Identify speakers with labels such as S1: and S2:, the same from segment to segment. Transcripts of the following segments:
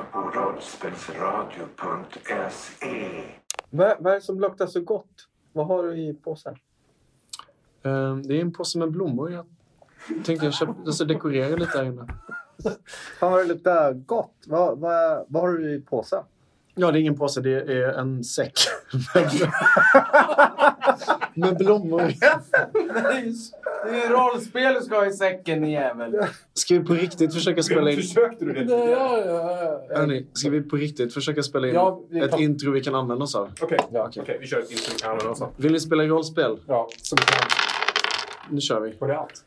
S1: på rollspelsradio.se.
S2: Vad är det som luktar så gott? Vad har du i påsen?
S3: Det är en påse med blommor. Jag tänkte jag ska dekorera lite här inne.
S2: Fan vad det luktar gott. Vad har du i påsen?
S3: Ja, det är ingen påse. Det är en säck. med blommor.
S4: Det är rollspel du ska ha i säcken, ni jävel.
S3: Ska vi på riktigt försöka spela in...
S5: Försökte du det?
S4: Ja.
S3: Hörrni, ska vi på riktigt försöka spela in ett intro vi kan använda oss av?
S5: Okej, vi kör ett intro vi kan använda oss av.
S3: Vill ni spela rollspel?
S5: Ja, som vi kan.
S3: Nu kör vi.
S5: På det allt.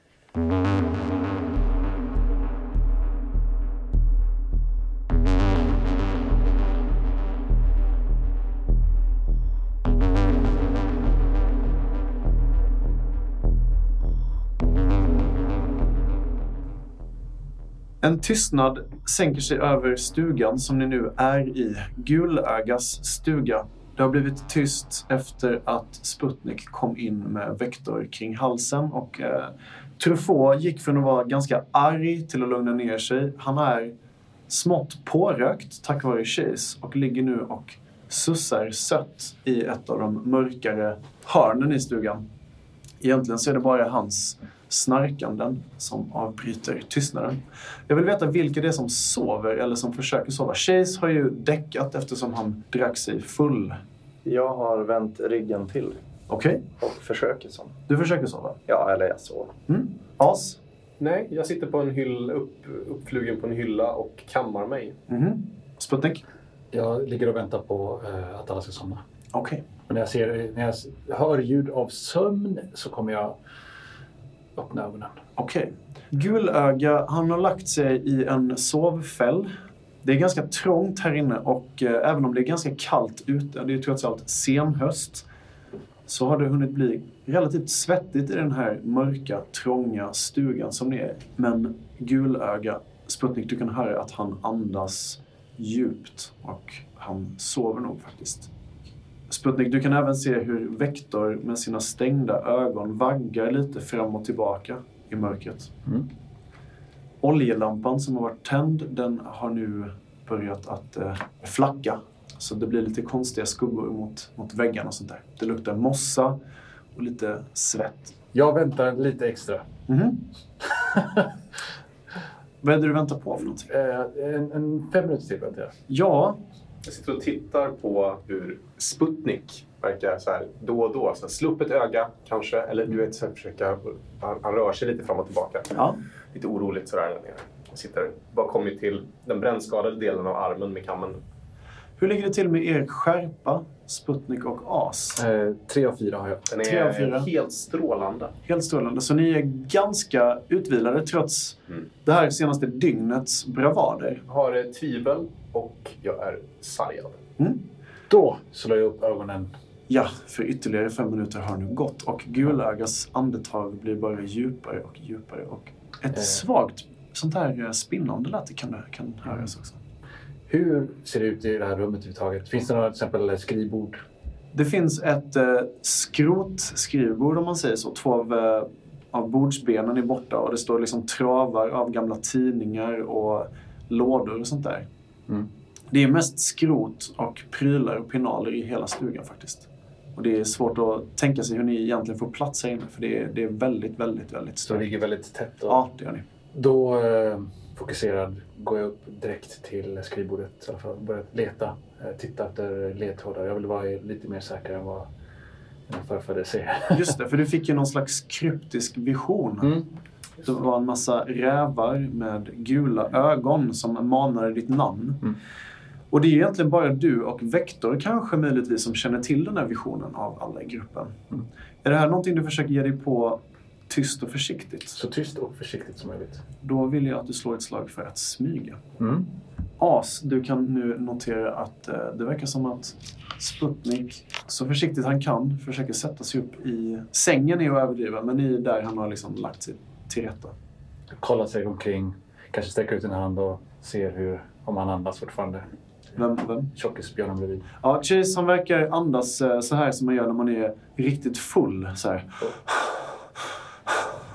S3: En tystnad sänker sig över stugan som ni nu är i. Gulögas stuga. Det har blivit tyst efter att Sputnik kom in med Vektor kring halsen. Och Truffaut gick från att vara ganska arg till att lugna ner sig. Han är smått pårökt tack vare Chase. Och ligger nu och sussar sött i ett av de mörkare hörnen i stugan. Egentligen så är det bara hans snarkanden som avbryter tystnaden. Jag vill veta vilka det är som sover eller som försöker sova. Chase har ju däckat eftersom han drack sig full.
S2: Jag har vänt ryggen till.
S3: Okej.
S2: Och försöker sova.
S3: Du försöker sova?
S2: Ja, eller jag sover.
S3: As?
S5: Nej, jag sitter på en hylla, uppflugen på en hylla och kammar mig.
S3: Sputnik?
S6: Jag ligger och väntar på att alla ska somna.
S3: Okej.
S6: Och när jag hör ljud av sömn så kommer jag öppna ögonen.
S3: Okej. Gulöga, han har lagt sig i en sovfäll. Det är ganska trångt här inne och även om det är ganska kallt ute, det är trots allt senhöst, så har det hunnit bli relativt svettigt i den här mörka, trånga stugan som det är. Men Gulöga, Sputnik, du kan höra att han andas djupt och han sover nog faktiskt. Sputnik, du kan även se hur Vektor med sina stängda ögon vaggar lite fram och tillbaka i mörkret. Oljelampan som har varit tänd, den har nu börjat att flacka. Så det blir lite konstiga skuggor mot väggarna och sånt där. Det luktar mossa och lite svett.
S6: Jag väntar lite extra.
S3: Vad är det du väntar på för någonting?
S6: En 5 minuter till väntar jag.
S3: Ja.
S5: Jag sitter och tittar på hur Sputnik verkar så här då och då. Så här, slå upp ett öga kanske. Eller du vet, så här, han rör sig lite fram och tillbaka.
S3: Ja.
S5: Lite oroligt sådär där nere. Jag sitter bara kommit till den brännskadade delen av armen med kammen.
S3: Hur ligger det till med er skärpa, Sputnik och As?
S6: 3 av 4 har jag.
S5: Den
S3: 3 av 4.
S5: är helt strålande.
S3: Helt strålande. Så ni är ganska utvilade trots det här senaste dygnets bravader.
S5: Jag har tvivel och jag är sargad.
S6: Då slår jag upp ögonen.
S3: Ja, för ytterligare 5 minuter har nu gått. Och Gulögas andetag blir bara djupare och djupare. Och ett svagt sånt här spinnande läte kan höras också.
S6: Hur ser det ut i det här rummet överhuvudtaget? Finns det några till exempel skrivbord?
S3: Det finns ett skrotskrivbord om man säger så. 2 av bordsbenen är borta och det står liksom travar av gamla tidningar och lådor och sånt där. Det är mest skrot och prylar och pinaler i hela stugan faktiskt. Och det är svårt att tänka sig hur ni egentligen får plats här inne för det är väldigt, väldigt, väldigt
S6: Så
S3: stort.
S6: det ligger väldigt tätt. Och...
S3: Ja, det gör ni.
S6: Då fokuserad går jag upp direkt till skrivbordet i alla fall. Börjar leta, titta efter ledtrådar. Jag vill vara lite mer säker än vad jag förefallde se.
S3: Just det, för du fick ju någon slags kryptisk vision. Det var en massa rävar med gula ögon som manade ditt namn. Och det är egentligen bara du och Vektor kanske möjligtvis som känner till den här visionen av alla i gruppen. Är det här någonting du försöker ge dig på tyst och försiktigt?
S6: Så tyst och försiktigt som möjligt.
S3: Då vill jag att du slår ett slag för att smyga. As, du kan nu notera att det verkar som att Sputnik, så försiktigt han kan, försöker sätta sig upp i sängen är att överdriva, men i där han har liksom lagt sig till rätta.
S6: Kollar sig omkring, kanske sträcker ut en hand och ser om han andas fortfarande.
S3: Vem?
S6: Tjockisbjörnen bredvid.
S3: Ja, Chase han verkar andas så här som man gör när man är riktigt full. Så här.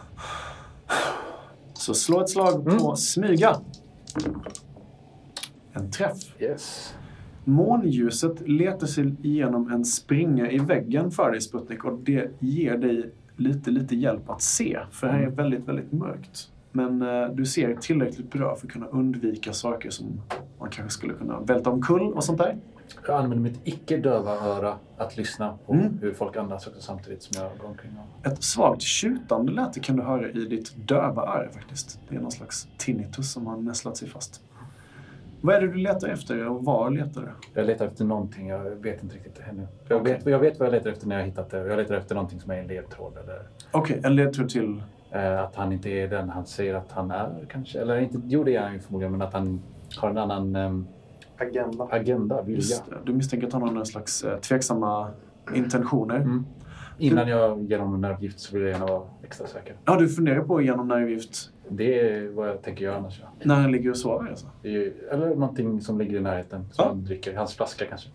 S3: Så slå ett slag på smyga. En träff.
S6: Yes.
S3: Månljuset letar sig igenom en springa i väggen för dig, Sputnik, och det ger dig lite hjälp att se. För det här är väldigt, väldigt mörkt. Men du ser tillräckligt bra för att kunna undvika saker som man kanske skulle kunna välta omkull och sånt där.
S6: Jag använder mitt icke-döva öra att lyssna på hur folk andas också samtidigt som jag går omkring.
S3: Ett svagt tjutande läte kan du höra i ditt döva öra faktiskt. Det är någon slags tinnitus som har nästlat sig fast. Vad är det du letar efter och var letar du?
S6: Jag letar efter någonting, jag vet inte riktigt ännu. Jag vet vad jag letar efter när jag har hittat det. Jag letar efter någonting som är en ledtråd.
S3: Okej, en ledtråd till?
S6: Att han inte är den han säger att han är kanske. Eller inte, jo det är han ju förmodligen, men att han har en annan agenda, vilja.
S3: Just det. Du misstänker att han har någon slags tveksamma intentioner.
S6: Innan jag ger honom nervgift så vill jag gärna vara extra säker.
S3: Ja, du funderar på att ge honom nervgift?
S6: Det är vad jag tänker göra annars. Ja.
S3: När han ligger och sover alltså?
S6: Eller någonting som ligger i närheten som han dricker. Hans flaska kanske.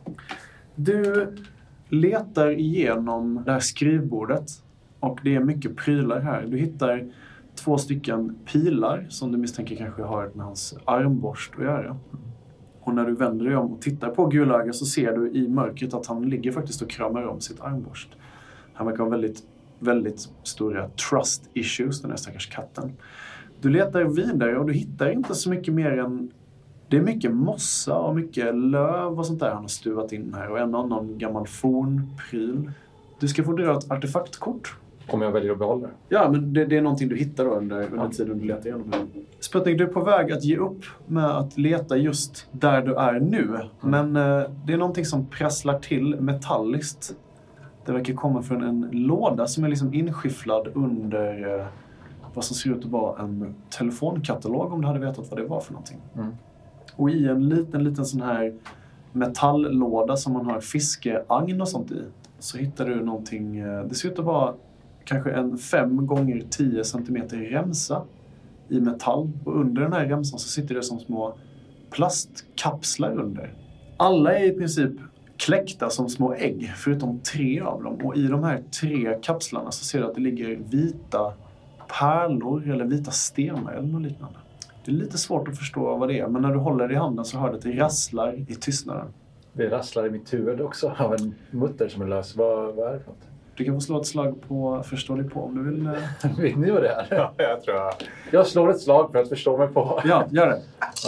S3: Du letar igenom det här skrivbordet och det är mycket prylar här. Du hittar 2 stycken pilar som du misstänker kanske har med hans armborst att göra. Och när du vänder dig om och tittar på Gulöga så ser du i mörkret att han ligger faktiskt och kramar om sitt armborst. Han verkar ha väldigt, väldigt stora trust issues, den här stackars katten. Du letar vidare och du hittar inte så mycket mer än... Det är mycket mossa och mycket löv och sånt där han har stuvat in här. Och en annan gammal fornpryl. Du ska få dra ett artefaktkort.
S6: Om jag väljer att behålla det?
S3: Ja, men det är någonting du hittar då under tiden du letar igenom det. Sputnik, du är på väg att ge upp med att leta just där du är nu. Men det är någonting som prasslar till metalliskt. Det verkar komma från en låda som är liksom inskyfflad under vad som ser ut att vara en telefonkatalog, om du hade vetat vad det var för någonting. Och i en liten sån här metalllåda som man har fiskeagn och sånt i så hittar du någonting, det ser ut att vara kanske en 5x10 cm remsa i metall. Och under den här remsan så sitter det som små plastkapslar under. Alla är i princip kläckta som små ägg, förutom 3 av dem. Och i de här 3 kapslarna så ser du att det ligger vita pärlor eller vita stenar eller något liknande. Det är lite svårt att förstå vad det är, men när du håller det i handen så hör du att det rasslar i tystnaden.
S6: Det rasslar i mitt huvud också av en mutter som är lös. Vad är det för något?
S3: Du kan få slå ett slag på förstå dig på om du vill.
S6: Vet ni vad det är?
S5: Ja, jag tror jag.
S6: Jag slår ett slag för att förstå mig på.
S3: Ja, gör det.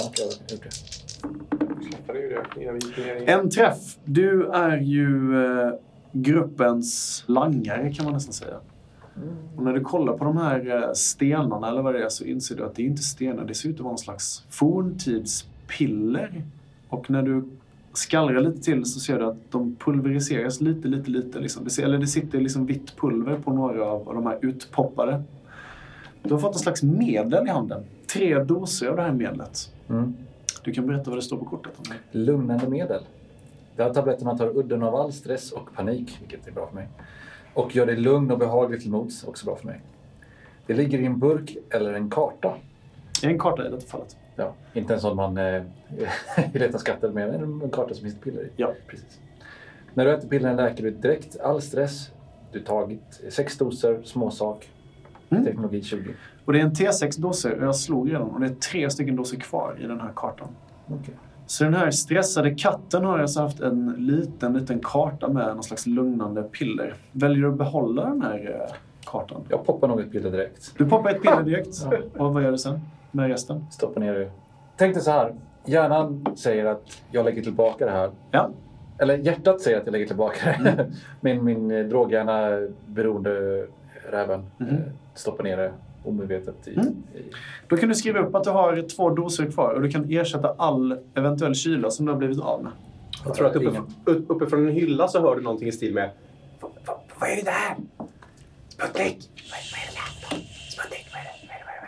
S3: En träff. Du är ju gruppens langare kan man nästan säga. Och när du kollar på de här stenarna eller vad det är så inser du att det är inte stenar. Det ser ut att vara en slags forntidspiller. Och när du skallrar lite till så ser du att de pulveriseras lite liksom. Det sitter liksom vitt pulver på några av de här utpoppade. Du har fått en slags medel i handen. 3 doser av det här medlet. Du kan berätta vad det står på kortet om det.
S6: Lugnande medel. Det här tabletterna tar udden av all stress och panik, vilket är bra för mig. Och gör det lugn och behagligt till mods, också bra för mig. Det ligger i en burk eller en karta.
S3: Det är en karta i detta fallet.
S6: Ja, inte en sån man letar skatter med, en karta som finns ett piller i.
S3: Ja,
S6: precis. När du äter pillren läker du direkt all stress. Du tagit 6 doser, småsak. Teknologi 20.
S3: Och det är en T6-doser och jag slog redan och det är 3 stycken doser kvar i den här kartan.
S6: Okay.
S3: Så den här stressade katten har alltså haft en liten karta med någon slags lugnande piller. Väljer du att behålla den här kartan?
S6: Jag poppar nog ett piller direkt.
S3: Du poppar ett piller direkt? Ja. Och vad gör du sen med resten?
S6: Stoppa ner det. Tänk dig så här. Hjärnan säger att jag lägger tillbaka det här.
S3: Ja.
S6: Eller hjärtat säger att jag lägger tillbaka det. Min droghjärna beroende räven stoppar ner det omedvetet i...
S3: Då kan du skriva upp att du har 2 doser kvar och du kan ersätta all eventuell kyla som du har blivit av med.
S5: Jag tror att uppifrån en hylla så hör du någonting i stil med vad är det där? Sputnik! Vad är det där? Sputnik, vad är det?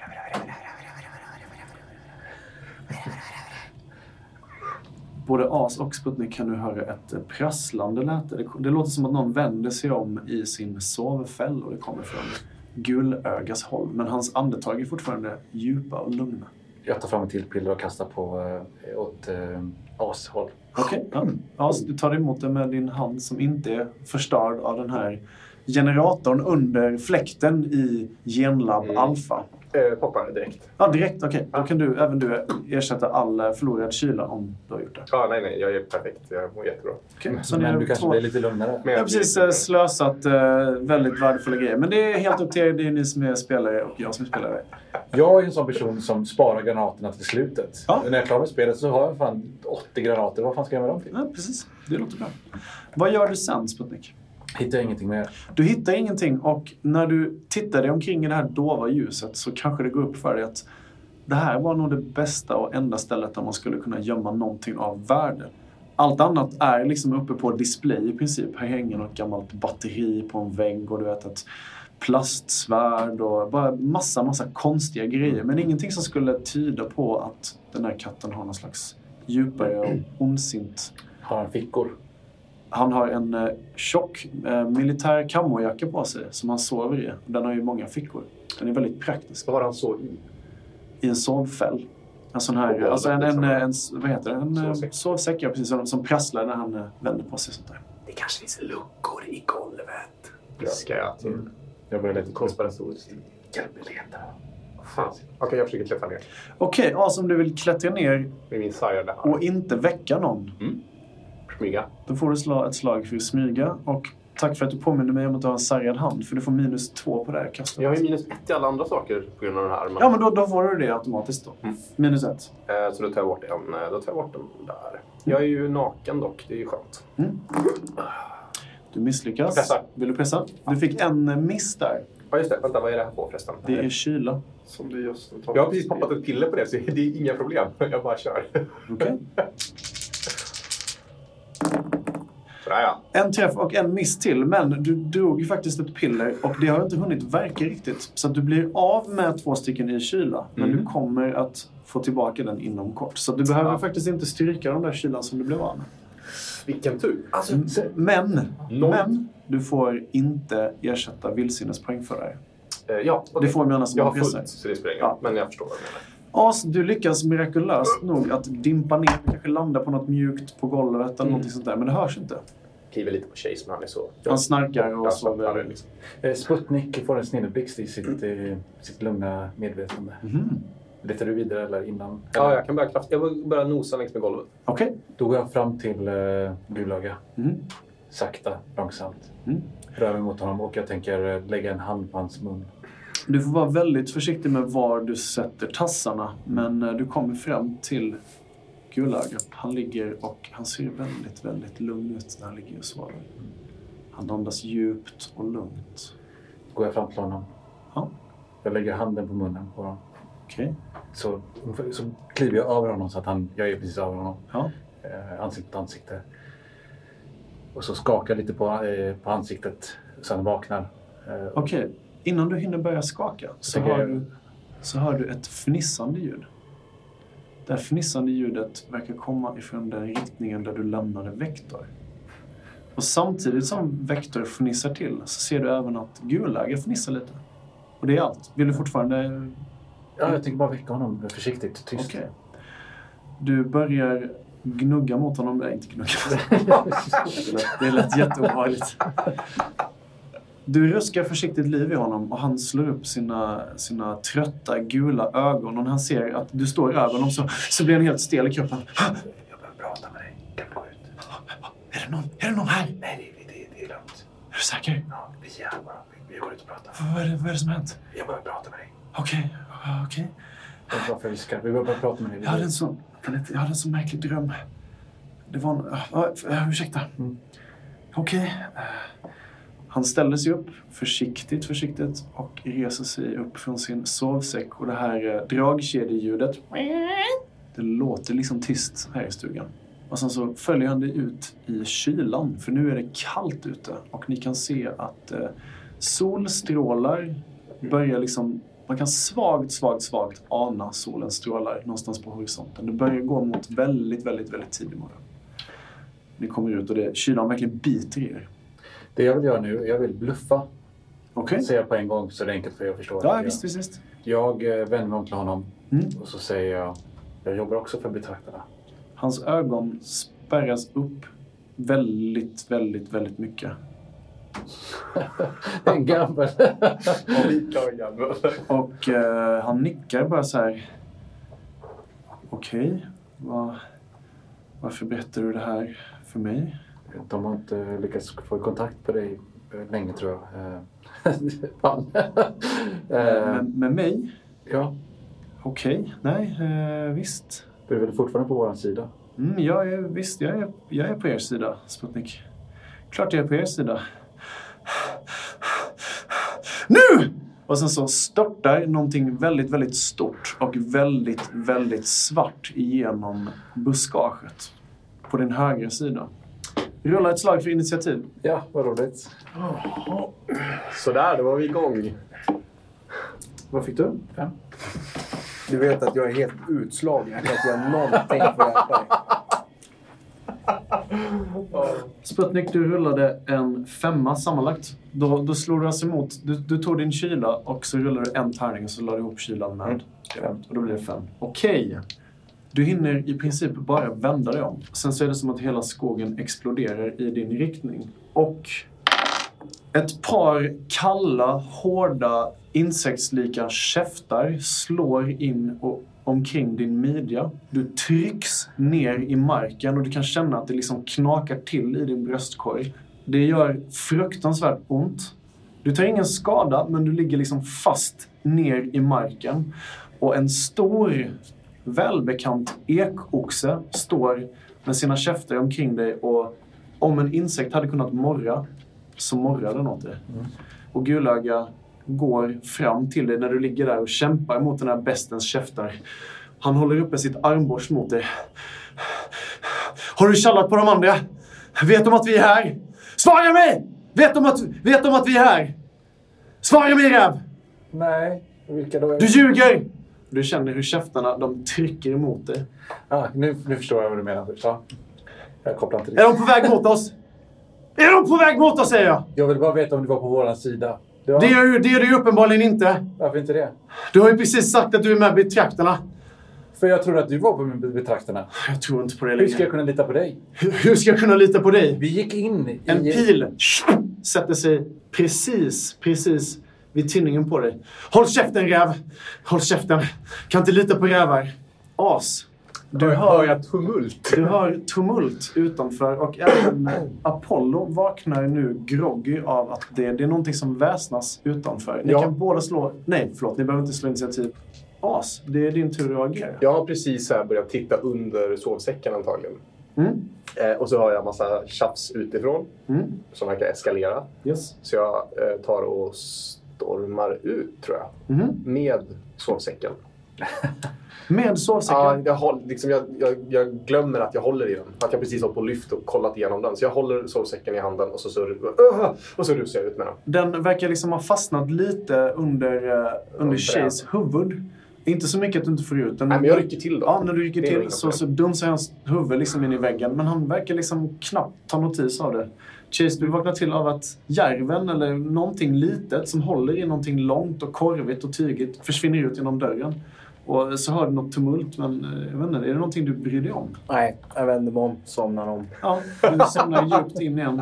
S3: Både As och Sputnik kan nu höra ett prasslande läte. Det låter som att någon vänder sig om i sin sovfäll och det kommer från Gulögas håll. Men hans andetag är fortfarande djupa och lugna.
S6: Jag tar fram ett till piller och kastar på åt As håll.
S3: Okej. Ja. As, du tar emot det med din hand som inte är förstörd av den här generatorn under fläkten i Genlab Alpha.
S5: Poppar direkt.
S3: Ja, direkt. Okej. Då kan även du ersätta all förlorad kyla om du har gjort det.
S5: Ja, nej. Jag är perfekt. Jag mår jättebra.
S3: Okay. Så
S6: men du kanske blir lite lugnare.
S3: Jag har precis slösat väldigt värdefulla grejer. Men det är helt upp till er. Det är ni som är spelare och jag som är spelare.
S6: Jag är en sån person som sparar granaterna till slutet.
S3: Ja.
S6: När jag klarar med spelet så har jag fan 80 granater. Vad fan ska jag med dem till?
S3: Ja, precis. Det låter bra. Vad gör du sen, Sputnik?
S6: Hittar jag ingenting mer.
S3: Du hittar ingenting och när du tittar dig omkring i det här dova ljuset så kanske det går upp för dig att det här var nog det bästa och enda stället där man skulle kunna gömma någonting av värde. Allt annat är liksom uppe på display i princip. Här hänger något gammalt batteri på en vägg och du vet ett plastsvärd och bara massa konstiga grejer. Men ingenting som skulle tyda på att den här katten har någon slags djupare och ondsint.
S6: Har han fickor?
S3: Han har en tjock militär kamojacka på sig som han sover i. Den har ju många fickor. Den är väldigt praktisk.
S5: Vad har han så i?
S3: I en sovfäll. En sån här, alltså vad heter det? En sovsäck, ja, precis, som prasslar när han vänder på sig. Sånt där.
S5: Det kanske finns luckor i golvet. Viskar jag till.
S6: Jag börjar leta
S5: konspiratoriskt.
S6: Hjälp mig leta.
S5: Fan. Okej, jag försöker klättra ner.
S3: Okej, som du vill klättra ner
S5: med min sargade
S3: och inte väcka någon.
S5: Smyga.
S3: Då får du ett slag för att smyga. Och tack för att du påminner mig om att du har en sargad hand. För du får -2 på det här kastet.
S5: Jag har ju -1 i alla andra saker på grund av den här. Men...
S3: Ja, men då får du det automatiskt då. -1.
S5: Så då tar jag bort den där. Jag är ju naken dock, det är ju skönt.
S3: Du misslyckas.
S5: Pressar.
S3: Vill du pressa? Du fick en miss där.
S5: Ja, just det. Vänta, vad är det här på förresten?
S3: Det är kyla.
S2: Som du just
S5: jag har precis poppat ett piller på det, så det är inga problem. Jag bara kör.
S3: Okej.
S5: Sådär, ja.
S3: En träff och en miss till. Men du drog ju faktiskt ett piller och det har inte hunnit verka riktigt. Så att du blir av med 2 stycken i kyla. Men du kommer att få tillbaka den inom kort. Så du behöver faktiskt inte stryka de där kylan som du blev av med.
S5: Vilken tur. Alltså,
S3: men du får inte ersätta vildsinnespoäng för det här.
S5: Ja,
S3: det får man annars.
S5: Jag har fullt, så det spelar ingen roll. Men jag förstår vad du menar.
S3: Du lyckas mirakulöst nog att dimpa ner, kanske landa på något mjukt på golvet eller något sånt där, men det hörs inte.
S5: Kliver lite på Chase, men han är så...
S3: Han snarkar och sover.
S5: Liksom.
S6: Sputnik får en snilleblixt i sitt lugna medvetande. Letar du vidare eller innan?
S5: Ja, jag kan börja nosa längs med golvet.
S3: Okej.
S6: Då går jag fram till Gulaga. Sakta, långsamt. Rör mig mot honom och jag tänker lägga en hand på hans mun.
S3: Du får vara väldigt försiktig med var du sätter tassarna. Men du kommer fram till Gulaga. Han ligger och han ser väldigt, väldigt lugn ut när han ligger och sover. Han andas djupt och lugnt.
S6: Går jag fram till honom.
S3: Ja.
S6: Jag lägger handen på munnen på honom.
S3: Okej.
S6: Så kliver jag över honom så att jag är precis över honom.
S3: Ja.
S6: Ansikte till ansikte. Och så skakar jag lite på ansiktet så han vaknar.
S3: Okej. Innan du hinner börja skaka så hör du ett fnissande ljud. Det här fnissande ljudet verkar komma ifrån den riktningen där du lämnade Vektor. Och samtidigt som Vektor fnissar till så ser du även att Gulaga fnissar lite. Och det är allt. Vill du fortfarande...
S6: Ja, jag tänker bara väcka honom försiktigt, tyst.
S3: Okej. Du börjar gnugga mot honom. Nej, inte gnugga. Det lät jätteobehagligt. Du ruskar försiktigt liv i honom och han slår upp sina trötta gula ögon. Och när han ser att du står över honom så blir han helt stel i kroppen.
S6: Jag behöver prata med dig. Kan du gå ut?
S3: Är det någon här?
S6: Nej, det är lugnt.
S3: Är du säker?
S6: Ja, vi är bara. Vi går ut och pratar.
S3: Vad är det som har hänt?
S6: Jag behöver prata med dig.
S3: Okej.
S6: Varför viskar? Vi behöver prata med dig.
S3: Jag hade en sån märklig dröm. Det var ursäkta. Okej. Han ställer sig upp försiktigt och reser sig upp från sin sovsäck. Och det här dragkedjeljudet, det låter liksom tyst här i stugan. Och sen så följer han det ut i kylan. För nu är det kallt ute. Och ni kan se att solstrålar börjar liksom... Man kan svagt ana solens strålar någonstans på horisonten. Det börjar gå mot väldigt, väldigt, väldigt tidig morgon. Ni kommer ut och kylan verkligen biter i er.
S6: Det jag vill göra nu, jag vill bluffa.
S3: Okej.
S6: Säga på en gång så det är enkelt för jag förstår.
S3: Ja, visst.
S6: Jag vänder mig om till honom och så säger jag jobbar också för betraktarna.
S3: Hans ögon spärras upp väldigt, väldigt, väldigt mycket.
S6: En gammal.
S3: Och han nickar bara så här. Okej, varför berättar du det här för mig?
S6: De har inte lyckats få kontakt på dig länge, tror jag. Fan.
S3: Med mig?
S6: Ja.
S3: Okej, nej, visst.
S6: Du är väl fortfarande på vår sida?
S3: Jag är på er sida, Sputnik. Klart jag är på er sida. Nu! Och sen så störtar någonting väldigt, väldigt stort och väldigt, väldigt svart igenom buskaget på din högra sida. Rulla ett slag för initiativ.
S6: Ja, vad roligt.
S5: Sådär, då var vi igång.
S3: Vad fick du?
S6: 5.
S4: Du vet att jag är helt utslagen. Jag kan inte göra någonting för att hjälpa dig.
S3: Sputnik, du rullade en 5 sammanlagt. Då slår du alltså emot. Du tog din kyla och så rullade du en tärning och så lade du ihop kylan med 5. Och då blir det 5. Okej. Du hinner i princip bara vända dig om. Sen så är det som att hela skogen exploderar i din riktning. Och ett par kalla, hårda, insektslika käftar slår in och omkring din midja. Du trycks ner i marken och du kan känna att det liksom knakar till i din bröstkorg. Det gör fruktansvärt ont. Du tar ingen skada, men du ligger liksom fast ner i marken. Och en stor, välbekant ekoxe står med sina käftar omkring dig. Och om en insekt hade kunnat morra, så morrar den åt dig. Och Gulöga går fram till dig när du ligger där och kämpar mot den här bestens käftar. Han håller uppe sitt armborst mot dig. Har du kallat på de andra? Vet de att vi är här? Svara mig! Vet de att vi är här? Svara mig, räv!
S6: Nej, vilka då?
S3: Du ljuger! Du känner hur käftarna, de trycker emot dig.
S6: Nu förstår jag vad du menar. Ja. Jag kopplar inte det.
S3: Är de på väg mot oss? Är de på väg mot oss, säger jag?
S6: Jag vill bara veta om du var på våran sida.
S3: Det är du uppenbarligen inte.
S6: Varför inte det?
S3: Du har ju precis sagt att du är med betraktarna.
S6: För jag tror att du var på betraktarna.
S3: Jag tror inte på det
S6: Hur
S3: längre.
S6: ska jag kunna lita på dig?
S3: Hur ska jag kunna lita på dig?
S6: Vi gick in i...
S3: En pil sätter sig precis vid tinningen på dig. Håll käften, räv! Håll käften. Kan inte lita på rävar. As. Du hör tumult utanför och även Apollo vaknar nu groggy av att det är någonting som väsnas utanför. Ni kan båda slå... Nej, förlåt. Ni behöver inte slå initiativ. As, det är din tur att agera.
S5: Jag har precis här börjat titta under sovsäcken antagligen. Och så har jag en massa tjafs utifrån som verkar eskalera.
S3: Yes.
S5: Så jag tar och stormar ut, tror jag. Med sovsäcken.
S3: Med sovsäcken?
S5: Ja, jag glömmer att jag håller i den. Att jag precis har på lyft och kollat igenom den. Så jag håller sovsäcken i handen och så rusar jag ut med den.
S3: Den verkar liksom ha fastnat lite under Shays huvud. Inte så mycket att du inte får ut den.
S5: Nej, men jag rycker till då.
S3: Ja, när du rycker till så dunsar hans huvud liksom in i väggen. Men han verkar liksom knappt ta notis av det. Chase, du vaknar till av att järven eller någonting litet som håller i någonting långt och korvigt och tygigt försvinner ut genom dörren. Och så hör du något tumult, men jag vet inte, är det någonting du bryr dig om?
S2: Nej, jag vänder mig om, somnar om.
S3: Ja, du somnar djupt in igen.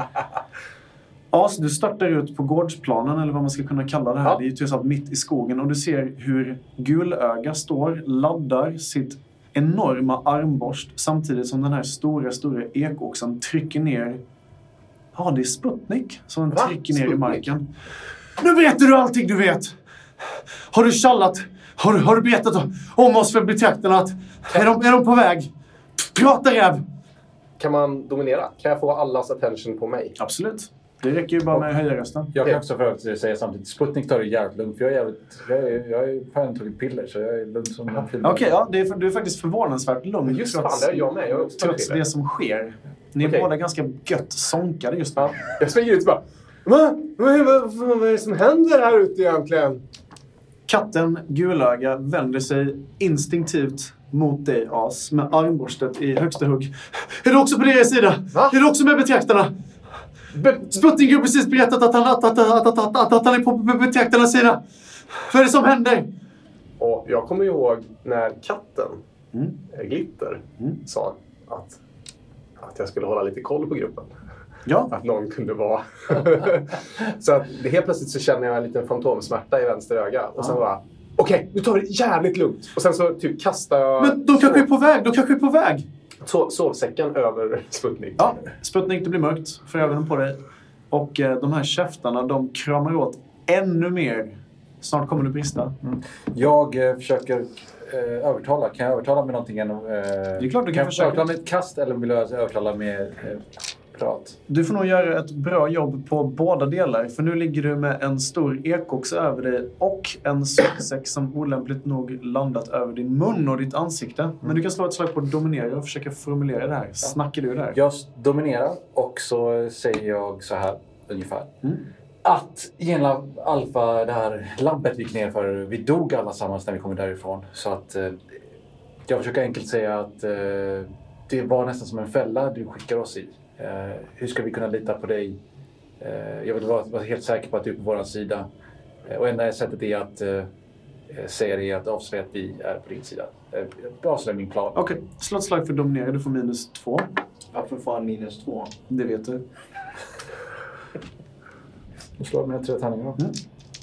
S3: As, du startar ut på gårdsplanen, eller vad man ska kunna kalla det här. Ja. Det är ju typ mitt i skogen och du ser hur Gulöga står, laddar sitt enorma armborst samtidigt som den här stora ekoxen trycker ner. Ja, det är Sputnik som den trycker ner i marken. Nu vet du allting du vet! Har du kallat? Har du berättat om oss för betraktarna att är de på väg? Prata, räv!
S5: Kan man dominera? Kan jag få allas attention på mig?
S3: Absolut. Det räcker ju bara med att höja rösten.
S6: Jag kan också för att säga samtidigt, Sputnik tar det jävligt lugnt. För jag är fan tagit piller så jag är lugn som en film.
S3: Okej, ja, du är faktiskt förvånansvärt lugn.
S5: Just fan, det är jag med. Jag
S3: trots det som sker. Ni är båda ganska gött sonkade just nu.
S5: Ja. Jag svänger ut och bara... Vad är det som händer här ute egentligen?
S3: Katten Gulöga vänder sig instinktivt mot dig, As, med armborstet i högsta hugg. Är du också på deras sida? Va? Är du också med betraktarna? Sputnik har precis berättat att han är på betraktarnas sida. Vad är det som händer?
S5: Och jag kommer ihåg när katten, Glitter, sa att jag skulle hålla lite koll på gruppen.
S3: Ja.
S5: Att någon kunde vara. Så att helt plötsligt så känner jag en liten fantomsmärta i vänster öga. Och sen bara, okej, nu tar vi det jävligt lugnt. Och sen så typ kastar jag...
S3: Men de kanske är på väg.
S5: Sovsäcken över Sputnik.
S3: Ja, Sputnik, det blir mörkt för ögonen på dig. Och de här käftarna, de kramar åt ännu mer. Snart kommer det brista.
S6: Jag försöker övertala. Kan jag övertala med någonting? Det
S3: är klart du kan försöka.
S6: Övertala med ett kast eller vill jag övertala med prat?
S3: Du får nog göra ett bra jobb på båda delar. För nu ligger du med en stor ekox över dig och en sopsäck som olämpligt nog landat över din mun och ditt ansikte. Men du kan slå ett slag på att dominera och försöka formulera det här. Ja. Snackar du där?
S6: Jag dominerar och så säger jag så här ungefär. Att Genlab Alpha, det här labbet vi gick ner för, vi dog alla sammans när vi kom därifrån. Så att jag försöker enkelt säga att det var nästan som en fälla du skickar oss i. Hur ska vi kunna lita på dig? Jag vill vara helt säker på att du är på vår sida. Och enda sättet är att säga det, att avslöja att vi är på din sida. Avslöja min plan.
S3: Okej, slå ett slag för dominera. Du får -2.
S1: Varför får han -2?
S3: Det vet du.
S6: Jag slår mina 3 tärningar då.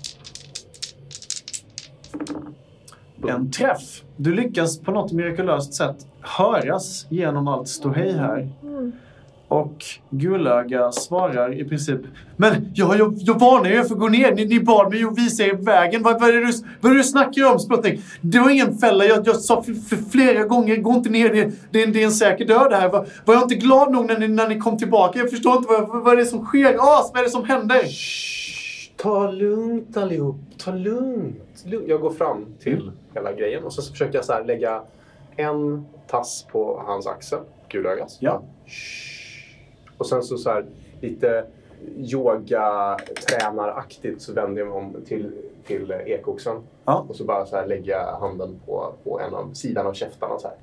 S3: En träff. Du lyckas på något mirakulöst sätt höras genom allt ståhej här. Och Gulöga svarar i princip: men jag varnar er för att gå ner. Ni bad mig att visa er vägen. Vad är det du snackar om, Sputnik? Det var ingen fälla. Jag sa för flera gånger, gå inte ner. Det är en säker död här. Var jag inte glad nog när ni kom tillbaka? Jag förstår inte vad är det som sker. Vad är det som händer?
S5: Ta lugnt allihop. Ta lugnt. Jag går fram till hela grejen och så försöker jag så här lägga en tass på hans axel. Gulögas.
S3: Ja.
S5: Och sen så här lite yoga-tränaraktigt så vänder jag mig om till ekoxen.
S3: Ja.
S5: Och så bara så här lägga handen på en av sidan av käftarna så här.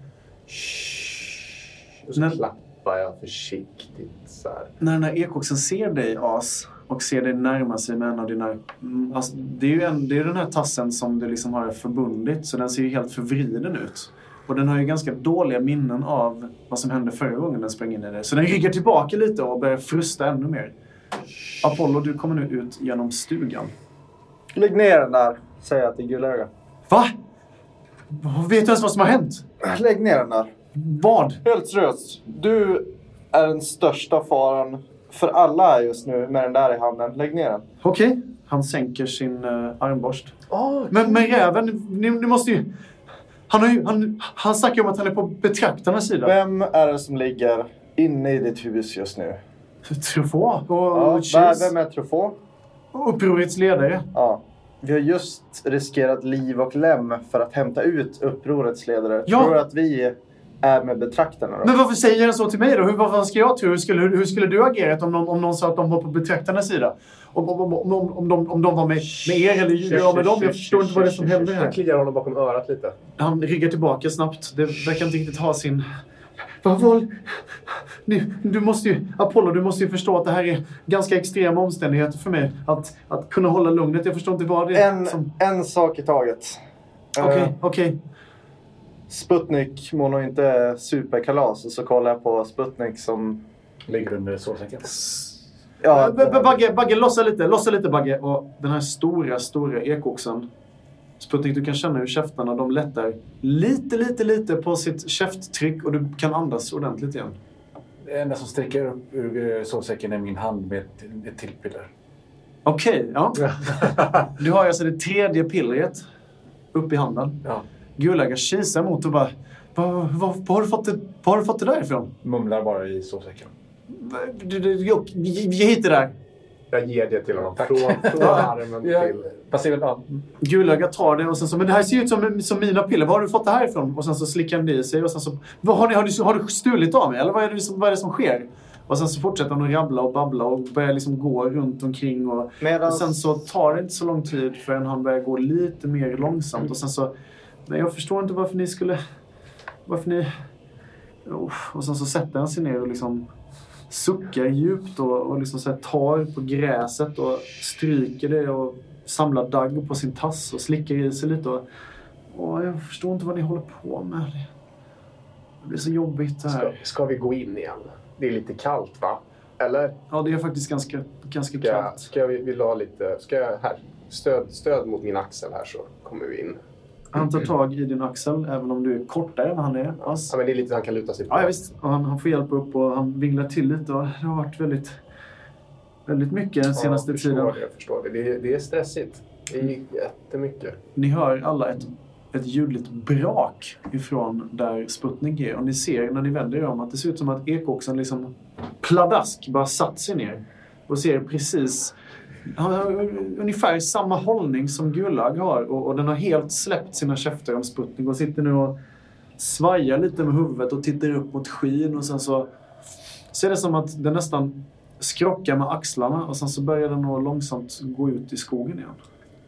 S5: Och så klappar jag försiktigt så här.
S3: När den här ekoxen ser dig, As, och ser dig närma sig med en av dina... Alltså, det är ju den här tassen som du liksom har förbundit, så den ser ju helt förvriden ut. Och den har ju ganska dåliga minnen av vad som hände förra gången den sprang in i det. Så den ryggar tillbaka lite och börjar frusta ännu mer. Apollo, du kommer nu ut genom stugan.
S2: Lägg ner den där, säger jag till Gulöga.
S3: Va? Vet du ens vad som har hänt?
S2: Lägg ner den där.
S3: Vad?
S2: Helt seriöst. Du är den största faran för alla här just nu med den där i handen. Lägg ner den.
S3: Okej. Han sänker sin armborst. Men räven, ni måste ju... Han snackar ju om att han är på betraktarnas sida.
S2: Vem är det som ligger inne i ditt hus just nu?
S3: Truffaut och
S2: Ja,
S3: Cheese.
S2: vem är Truffaut?
S3: Upprorets ledare.
S2: Ja. Vi har just riskerat liv och lem för att hämta ut upprorets ledare.
S3: Ja.
S2: Tror du att vi är med betraktarna då?
S3: Men varför säger han så till mig då? Vad ska jag tro? Hur skulle du agerat om någon sa att de var på betraktarnas sida? Om de var med er eller jag med dem? Jag förstår inte vad det är som händer här.
S5: Jag kliar honom bakom örat lite.
S3: Han ryggar tillbaka snabbt. Det verkar inte riktigt ha sin... Apollo, du måste ju förstå att det här är ganska extrema omständigheter för mig. Att kunna hålla lugnet. Jag förstår inte vad det är
S2: En sak i taget.
S3: Okej.
S2: Sputnik mår nog inte superkalas. Och så kollar jag på Sputnik som...
S6: Ligger under sovsäcken.
S2: Ja,
S3: Bagge, lossa lite Bagge. Och den här stora ekoxen. Sputnik, du kan känna hur käftarna de lättar lite på sitt käfttryck och du kan andas ordentligt igen.
S6: Det enda som sträcker upp ur sovsäcken är min hand med ett till piller.
S3: Okej, ja. Du har alltså det 3:e pillret upp i handen.
S6: Ja.
S3: Gulöga kisar mot och bara, vad har du fått det därifrån?
S6: Mumlar bara i sovsäcken.
S3: Ge hit det där.
S5: Jag ger det till honom. Från armen till...
S6: Passerar ja.
S3: Gulöga tar det och sen så, men det här ser ut som mina piller. Var har du fått det här ifrån? Och sen så slickar han det i sig och sen så, har du stulit av mig? Eller vad är det som sker? Och sen så fortsätter han att rabbla och babbla och börjar liksom gå runt omkring. Och sen så tar det inte så lång tid förrän han börjar gå lite mer långsamt. Och sen så, nej, jag förstår inte varför ni... Och sen så sätter han sig ner och liksom suckar djupt och liksom så här tar på gräset och stryker det och samlar dagg på sin tass och slickar i sig lite. Och jag förstår inte vad ni håller på med. Det blir så jobbigt det här.
S5: Ska vi gå in igen? Det är lite kallt, va? Eller?
S3: Ja, det är faktiskt ganska kallt.
S5: Ska jag vill ha lite... Ska jag här? Stöd mot min axel här så kommer vi in.
S3: Han tar tag i din axel, även om du är kortare än han är.
S5: Ja, men det är lite han kan luta sig på.
S3: Ja, visst. Och han får hjälp upp och han vinglar till lite. Och det har varit väldigt mycket den senaste tiden.
S5: Jag förstår det. Det är stressigt. Det är jättemycket.
S3: Ni hör alla ett ljudligt brak ifrån där Sputnik är. Och ni ser när ni vänder er om att det ser ut som att ekoxen liksom pladask bara satt sig ner. Och ser precis... Han har ungefär samma hållning som Gulag har. Och den har helt släppt sina käftar om Sputnik. Och sitter nu och svajar lite med huvudet och tittar upp mot skyn. Och sen så är det som att den nästan skrockar med axlarna. Och sen så börjar den nog långsamt gå ut i skogen igen.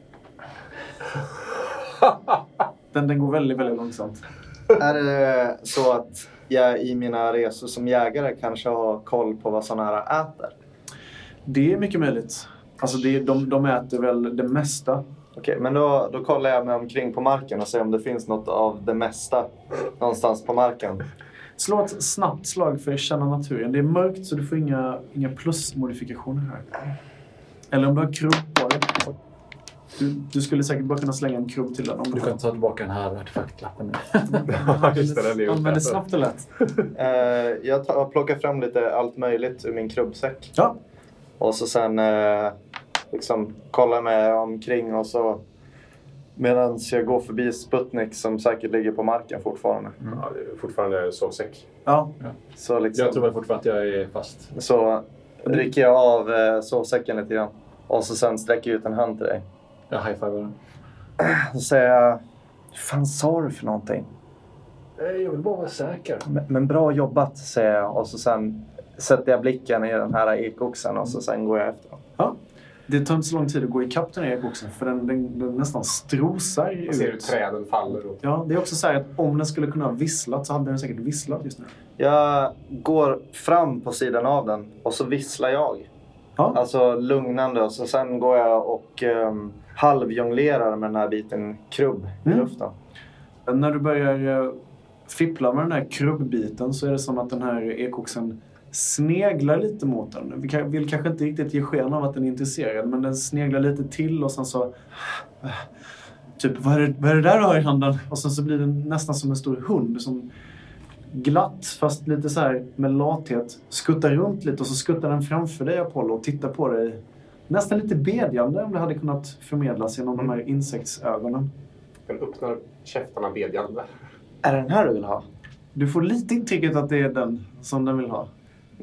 S3: Den går väldigt, väldigt långsamt.
S2: Är det så att jag i mina resor som jägare kanske har koll på vad sådana här äter?
S3: Det är mycket möjligt. Alltså de äter väl det mesta.
S2: Okej, men då kollar jag mig omkring på marken och ser om det finns något av det mesta någonstans på marken.
S3: Slå ett snabbt slag för att känna naturen. Det är mörkt så du får inga plusmodifikationer här. Eller om du har krubb på dig. Du skulle säkert bara kunna slänga en krubb till den. Om
S6: du kan ta tillbaka den här artefaktlappen nu.
S5: Ja, just det.
S3: Men det snabbt och lätt.
S2: Jag plockar fram lite allt möjligt ur min krubbsäck.
S3: Ja.
S2: Och så sen liksom kollar mig omkring och så medan jag går förbi Sputnik som säkert ligger på marken fortfarande.
S5: Ja, det är fortfarande sovsäck.
S3: Ja.
S2: Så liksom,
S6: jag tror väl fortfarande att jag är fast.
S2: Så rycker jag av sovsäcken lite grann. Och så sen sträcker jag ut en hand till dig.
S6: Jag high-fivar den.
S2: Så säger jag, vad fan sa du för någonting?
S6: Jag vill bara vara säker.
S2: Men bra jobbat, säger jag. Och så sen sätter jag blicken i den här ekoxen och så sen går jag efter.
S3: Ja. Det tar inte så lång tid att gå i kapp den här ekoxen för den nästan strosar ut.
S5: Man ser hur träden faller. Och...
S3: Ja, det är också så här att om den skulle kunna ha visslat så hade den säkert visslat just nu.
S2: Jag går fram på sidan av den och så visslar jag.
S3: Ja.
S2: Alltså lugnande och så sen går jag och halvjonglerar med den här biten krubb i luften.
S3: När du börjar fippla med den här krubbbiten så är det som att den här ekoxen sneglar lite mot den. Vi vill kanske inte riktigt ge sken av att den är intresserad, men den sneglar lite till och sen så typ, vad är det där du har i handen? Och sen så blir den nästan som en stor hund som glatt, fast lite så här med lathet, skuttar runt lite och så skuttar den framför dig, Apollo, och tittar på dig nästan lite bedjande om det hade kunnat förmedlas genom de här insektsögonen.
S5: Den öppnar käftarna bedjande.
S2: Är det den här du vill ha?
S3: Du får lite intrycket att det är den som den vill ha.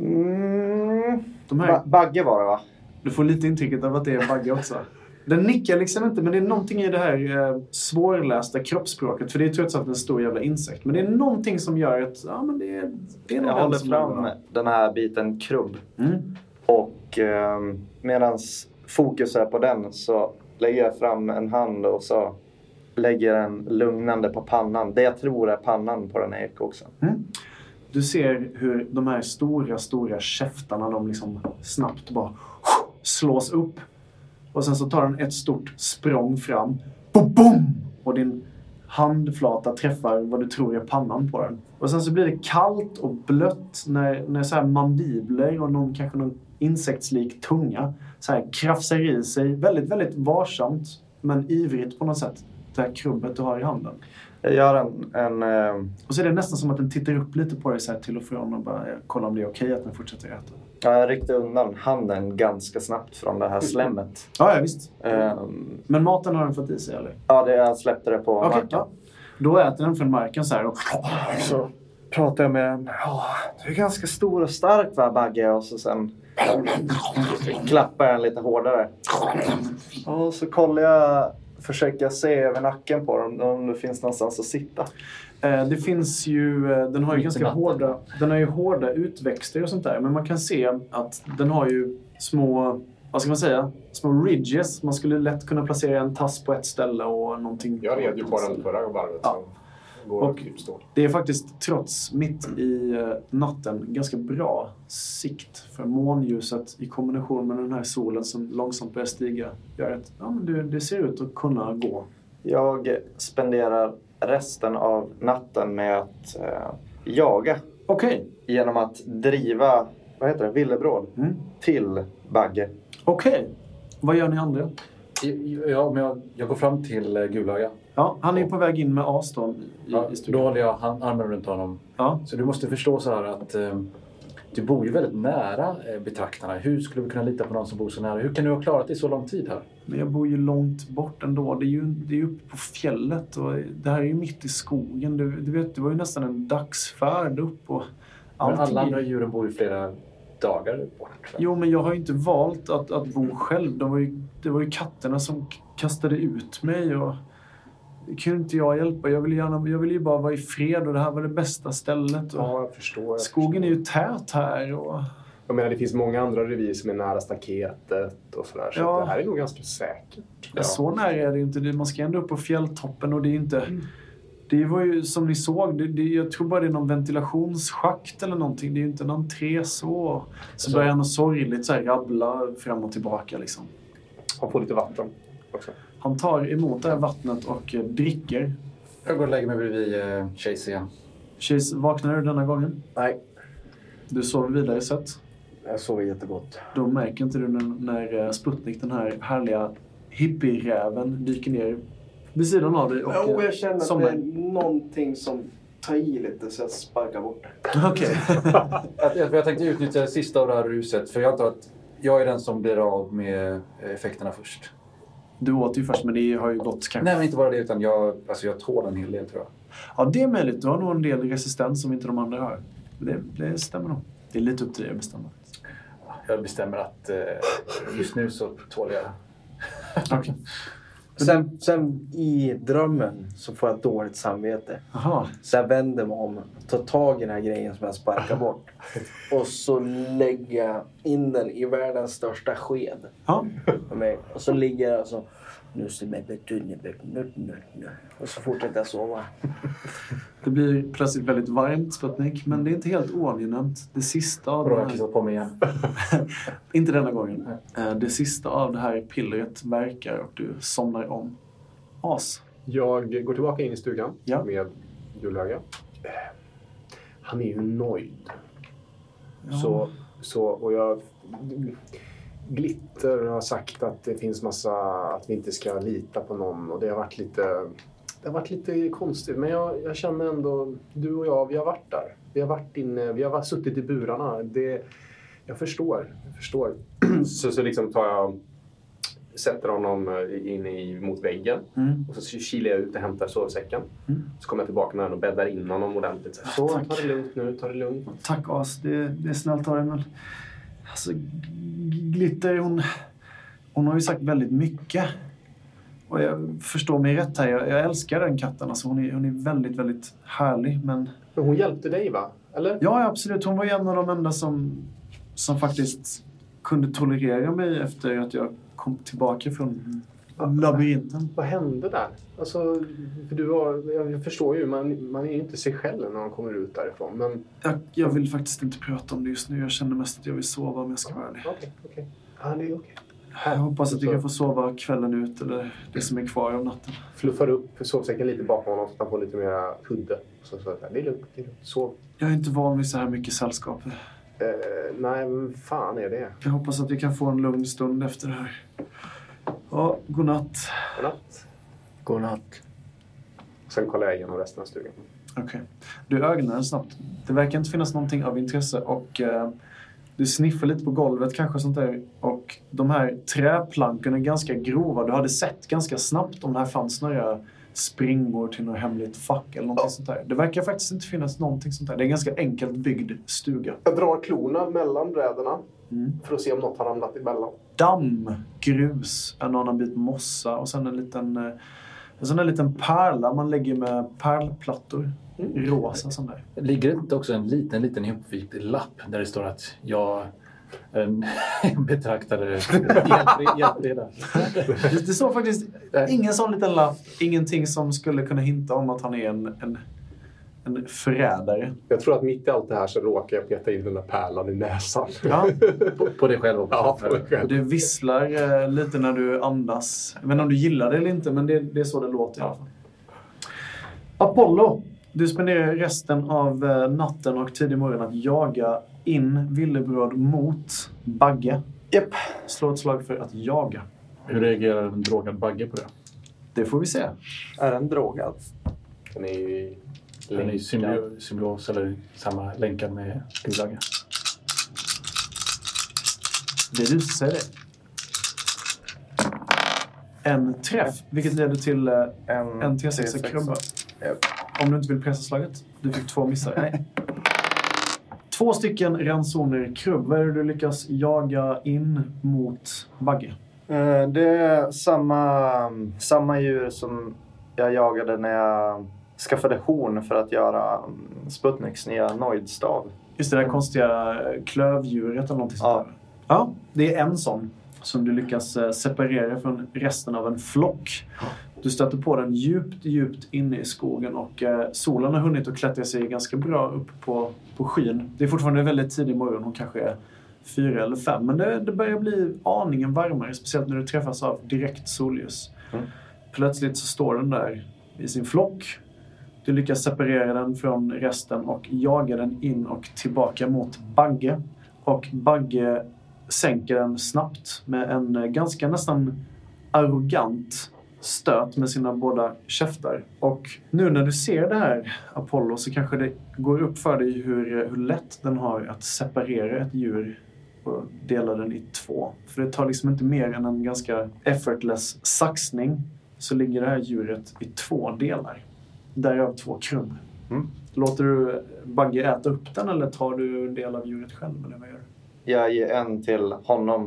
S3: De här...
S2: Bagge var det, va?
S3: Du får lite intrycket av att det är Bagge också. Den nickar liksom inte, men det är någonting i det här svårlästa kroppsspråket. För det är trots allt en stor jävla insekt. Men det är någonting som gör att ja, men det är
S2: jag håller fram den här biten krubb. Och medan fokus är på den så lägger jag fram en hand och så lägger den lugnande på pannan. Det jag tror är pannan på den här ekoxen.
S3: Du ser hur de här stora käftarna, de liksom snabbt bara slås upp. Och sen så tar den ett stort språng fram. Boom, boom! Och din handflata träffar vad du tror är pannan på den. Och sen så blir det kallt och blött när så här mandibler och kanske någon insektslik tunga så här krafsar i sig. Väldigt, väldigt varsamt men ivrigt på något sätt. Det här krubbet du har i handen.
S2: Jag gör
S3: Och så är det nästan som att den tittar upp lite på dig så här till och från och bara kollar om det är okej att den fortsätter äta.
S2: Jag ryckte undan handen ganska snabbt från det här slemmet.
S3: Ja, visst. Men maten har den fått i sig, eller?
S2: Ja, jag släppte det på marken.
S3: Ja. Då äter den från marken så här och
S2: så pratar jag med den. Du är ganska stor och stark, va, Bagge? Och så sen klappar jag den lite hårdare. Och så kollar jag, försöker se över nacken på den om det finns någonstans att sitta.
S3: Det finns ju, den har ju ganska hårda utväxter och sånt där. Men man kan se att den har ju små, vad ska man säga, små ridges. Man skulle lätt kunna placera en tass på ett ställe och någonting.
S5: Jag red ju på den förra varvet.
S3: Ja. Och det är faktiskt trots mitt i natten ganska bra sikt för månljuset i kombination med den här solen som långsamt börjar stiga. Gör att det ser ut att kunna gå.
S2: Jag spenderar resten av natten med att jaga.
S3: Okej.
S2: Genom att driva villebråd till Bagge.
S3: Okej. Vad gör ni andra?
S6: Ja, men jag går fram till Gulöga.
S3: Ja, han är på väg in med As då i stugan.
S6: Då håller jag armen runt honom.
S3: Ja.
S6: Så du måste förstå så här att du bor ju väldigt nära betraktarna. Hur skulle vi kunna lita på någon som bor så nära? Hur kan du ha klarat det så lång tid här?
S3: Men jag bor ju långt bort ändå. Det är ju uppe på fjället och det här är ju mitt i skogen. Du vet, det var ju nästan en dagsfärd upp och
S6: Men alla andra djuren bor ju flera dagar bort.
S3: Jo, men jag har ju inte valt att bo själv. Det var ju katterna som kastade ut mig och det kunde inte jag hjälpa. Jag ville ju bara vara i fred och det här var det bästa stället.
S5: Ja, jag förstår.
S3: Skogen är ju tät här och...
S5: Jag menar, det finns många andra revir som är nära staketet och sådär. Så
S3: Ja.
S5: det här är nog ganska säkert.
S3: Ja. Så nära är det inte. Man ska ändå upp på fjälltoppen och det är inte... Det var ju som ni såg, jag tror bara det är någon ventilationsschakt eller någonting. Det är ju inte en entré så. Så börjar han sorgligt så här rabbla fram och tillbaka liksom.
S5: Han får lite vatten också.
S3: Han tar emot det här vattnet och dricker.
S6: Jag går och lägger mig bredvid Chase igen.
S3: Chase, vaknar du denna gången?
S2: Nej,
S3: Du sover vidare sett.
S2: jag sover jättegott.
S3: Då märker inte du när Sputnik, den här härliga hippie-räven, dyker ner vid sidan av dig. Och,
S2: jag känner att
S3: somnar.
S2: det är någonting som tar i lite så jag sparkar bort det.
S3: Okej.
S6: Jag tänkte utnyttja det sista av det här ruset. För jag antar att jag är den som blir av med effekterna först.
S3: Du åt ju först, men det har ju gått kanske...
S6: Nej, men inte bara det, utan jag tål en hel del, tror jag.
S3: Ja, det är möjligt. Du har nog en del resistens som inte de andra har. Det stämmer nog. Det är lite upp till dig att bestämma.
S6: Jag bestämmer att just nu så tål jag.
S3: Okej.
S2: Sen i drömmen så får jag dåligt samvete.
S3: Jaha.
S2: Så jag vänder mig om, tar tag i den här grejen som jag sparkar bort. Och så lägger jag in den i världens största sked.
S3: Ja.
S2: Och så ligger jag så. Nu ser mig nu. Och så fortsätter jag sova.
S3: Det blir plötsligt väldigt varmt, Sputnik. Men det är inte helt oangenämt. Det sista av
S6: Bra,
S3: det
S6: jag kissar på mig igen.
S3: Inte denna gången. Det sista av det här pillret verkar och du somnar om. As.
S5: Jag går tillbaka in i stugan
S3: Ja.
S5: med Gulöga. Han är ju nöjd.
S3: Ja.
S5: Så, och jag... Glitter har sagt att det finns massa... Att vi inte ska lita på någon. Och det har varit lite konstigt. Men jag känner ändå... Du och jag, vi har varit där. Vi har varit inne... Vi har suttit i burarna. Jag förstår. Så liksom tar jag... Sätter honom mot väggen. Och så kilar jag ut och hämtar sovsäcken. Så kommer jag tillbaka med den och bäddar in honom ordentligt. Så ta det lugnt nu, ta det lugnt.
S3: Tack, As. Det är snällt av dig, men... Alltså, Glitter, hon har ju sagt väldigt mycket. Och jag förstår mig rätt här. Jag älskar den katten. Alltså, hon är väldigt, väldigt härlig, men...
S5: Men hon hjälpte dig, va? Eller?
S3: Ja, absolut. Hon var ju en av de enda som faktiskt kunde tolerera mig efter att jag kom tillbaka från labyrinten.
S5: Vad hände där? Alltså, för jag förstår ju, man är ju inte sig själv när man kommer ut därifrån. Men...
S3: Jag vill faktiskt inte prata om det just nu. Jag känner mest att jag vill sova om jag ska vara ärlig.
S5: Okej. Ja, det är okej.
S3: Jag hoppas att vi kan få sova kvällen ut eller det som är kvar av natten.
S5: Fluffar upp sovsäcken lite bakom honom så att han får lite mer kudde. Så det är lugnt. Sov.
S3: Jag är inte van vid så här mycket sällskap.
S5: Nej, men fan är det?
S3: Jag hoppas att vi kan få en lugn stund efter det här. Ja, godnatt.
S5: Godnatt. Sen kollar jag igenom resten av stugan.
S3: Okej. Du ögnar snabbt. Det verkar inte finnas någonting av intresse och du sniffar lite på golvet kanske sånt där. Och de här träplankorna är ganska grova. Du hade sett ganska snabbt om det här fanns några springor till något hemligt fack eller någonting sånt där. Det verkar faktiskt inte finnas någonting sånt där. Det är en ganska enkelt byggd stuga.
S5: Jag drar klorna mellan bräderna för att se om något har ramlat emellan.
S3: Damm, grus, en annan bit mossa och sen en liten pärla man lägger med pärlplattor. Rosa sån där.
S6: Ligger det inte också en liten ihopvikt lapp där det står att jag är en betraktare hjälpreda?
S3: Det står faktiskt ingen sån liten lapp, ingenting som skulle kunna hinta om att han är en förrädare.
S5: Jag tror att mitt i allt det här så råkar jag peta in den där pärlan i näsan.
S3: Ja.
S6: På dig själv också.
S5: Ja, på dig själv.
S3: Det visslar lite när du andas. Jag vet inte om du gillar det eller inte, men det är så det låter i alla fall. Apollo, du spenderar resten av natten och tidig morgon att jaga in villebråd mot Bagge.
S2: Japp.
S3: Slå ett slag för att jaga.
S6: Hur reagerar en drogad Bagge på det?
S3: Det får vi se.
S2: Är den drogad?
S5: Den är ju
S6: Den är symbios eller samma länkad med gulagge.
S3: Det visar det. En träff, vilket leder till en T6-krubba.
S2: Yep.
S3: Om du inte vill pressa slaget. Du fick 2 missar. Nej. 2 stycken ransoner krubb. Vad är det du lyckas jaga in mot Bagge?
S2: Det är samma djur som jag jagade när jag skaffade horn för att göra Sputniks nya Noidstav.
S3: Just det där konstiga klövdjuret eller någonting sånt där. Ja, det är en sån som du lyckas separera från resten av en flock. Du stöter på den djupt inne i skogen och solen har hunnit att klättra sig ganska bra upp på skyn. Det är fortfarande väldigt tidig morgon, hon kanske är 4 eller 5, men det börjar bli aningen varmare, speciellt när du träffas av direkt solljus. Plötsligt så står den där i sin flock. Du lyckas separera den från resten och jaga den in och tillbaka mot Bagge. Och Bagge sänker den snabbt med en ganska nästan arrogant stöt med sina båda käftar. Och nu när du ser det här, Apollo, så kanske det går upp för dig hur lätt den har att separera ett djur och dela den i 2. För det tar liksom inte mer än en ganska effortless saxning, så ligger det här djuret i 2 delar. Därav 2 krubb. Låter du Bagge äta upp den eller tar du en del av djuret själv? Eller vad gör du?
S2: Jag ger en till honom